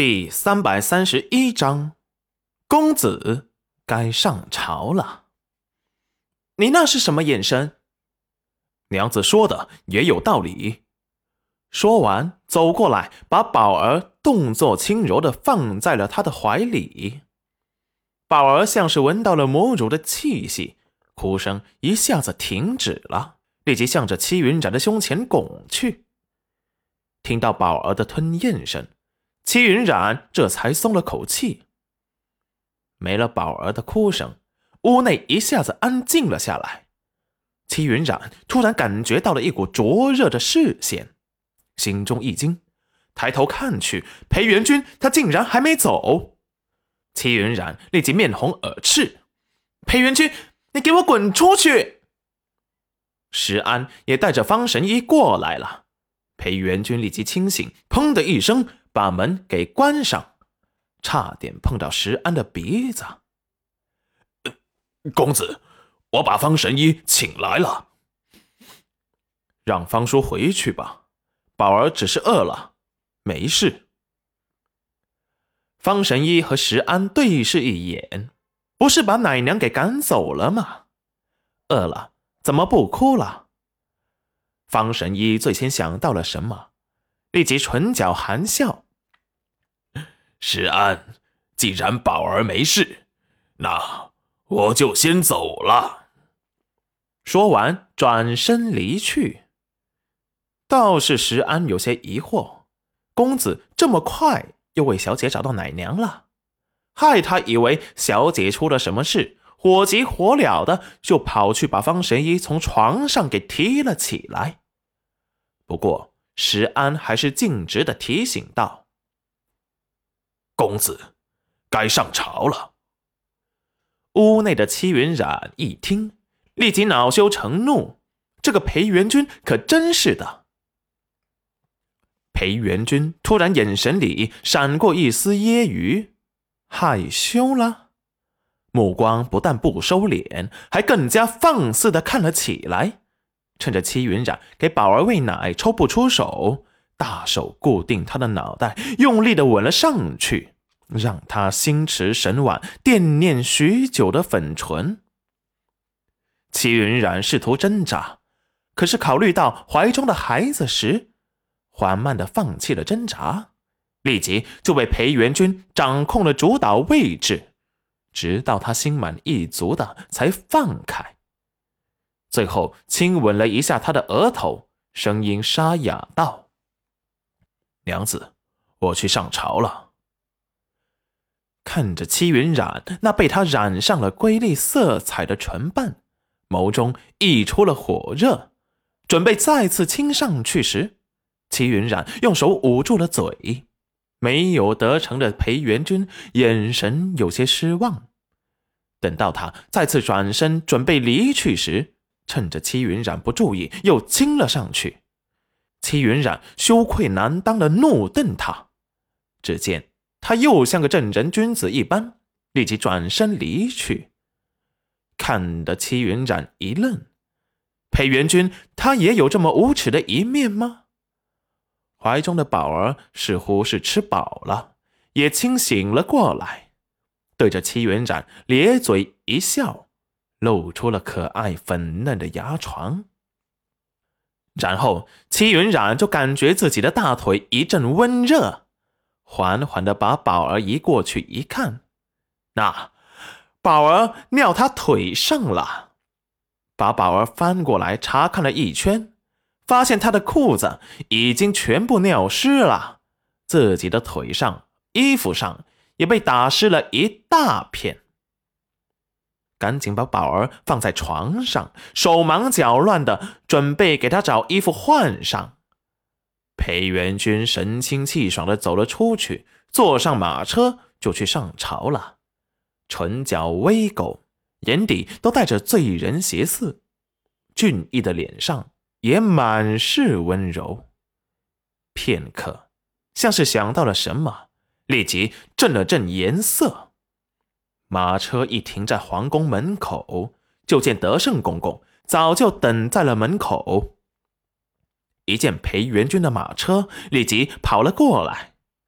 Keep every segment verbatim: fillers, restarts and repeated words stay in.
第三百三十一章，公子该上朝了。你那是什么眼神？娘子说的也有道理。说完，走过来，把宝儿动作轻柔地放在了他的怀里。宝儿像是闻到了母乳的气息，哭声一下子停止了，立即向着戚云染的胸前拱去。听到宝儿的吞咽声，戚云染这才松了口气。没了宝儿的哭声，屋内一下子安静了下来。戚云染突然感觉到了一股灼热的视线，心中一惊，抬头看去，裴元君他竟然还没走。戚云染立即面红耳赤，裴元君，你给我滚出去！石安也带着方神医过来了。裴元君立即清醒，砰的一声把门给关上，差点碰到石安的鼻子。 呃、公子，我把方神医请来了。 让方叔回去吧，宝儿只是饿了，没事。方神医和石安对视一眼，不是把奶娘给赶走了吗？饿了怎么不哭了？方神医最先想到了什么，立即唇角含笑。 石安，既然宝儿没事，那我就先走了。 说完转身离去。倒是石安有些疑惑，公子这么快又为小姐找到奶娘了，害他以为小姐出了什么事，火急火燎的就跑去把方神医从床上给提了起来。不过石安还是径直的提醒道： 公子该上朝了。 屋内的戚云染一听，立即恼羞成怒，这个裴元君可真是的。裴元君突然眼神里闪过一丝揶揄，害羞了，目光不但不收敛，还更加放肆地看了起来。趁着戚云染给宝儿喂奶抽不出手，大手固定他的脑袋，用力地吻了上去，让他心驰神往，惦念许久的粉唇。戚云染试图挣扎，可是考虑到怀中的孩子时，缓慢地放弃了挣扎，立即就被裴元君掌控了主导位置，直到他心满意足的才放开。最后亲吻了一下他的额头，声音沙哑道：娘子，我去上朝了。看着戚云染那被他染上了瑰丽色彩的唇瓣，眸中溢出了火热，准备再次亲上去时，戚云染用手捂住了嘴。没有得逞的裴元君眼神有些失望。等到他再次转身准备离去时，趁着戚云染不注意，又亲了上去。戚云染羞愧难当的怒瞪他，只见他又像个正人君子一般，立即转身离去。看得戚云染一愣，裴元君他也有这么无耻的一面吗？怀中的宝儿似乎是吃饱了，也清醒了过来，对着戚云染咧嘴一笑，露出了可爱粉嫩的牙床。然后戚云染就感觉自己的大腿一阵温热，缓缓地把宝儿移过去一看，那宝儿尿他腿上了。把宝儿翻过来查看了一圈，发现他的裤子已经全部尿湿了，自己的腿上、衣服上也被打湿了一大片。赶紧把宝儿放在床上，手忙脚乱的准备给他找衣服换上。裴元君神清气爽的走了出去，坐上马车就去上朝了，唇角微勾，眼底都带着醉人邪色，俊逸的脸上也满是温柔。片刻，像是想到了什么，立即正了正颜色。马车一停在皇宫门口，就见德胜公公早就等在了门口。一见裴元君的马车，立即跑了过来。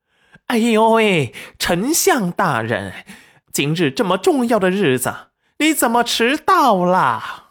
哎呦喂，丞相大人，今日这么重要的日子，你怎么迟到啦？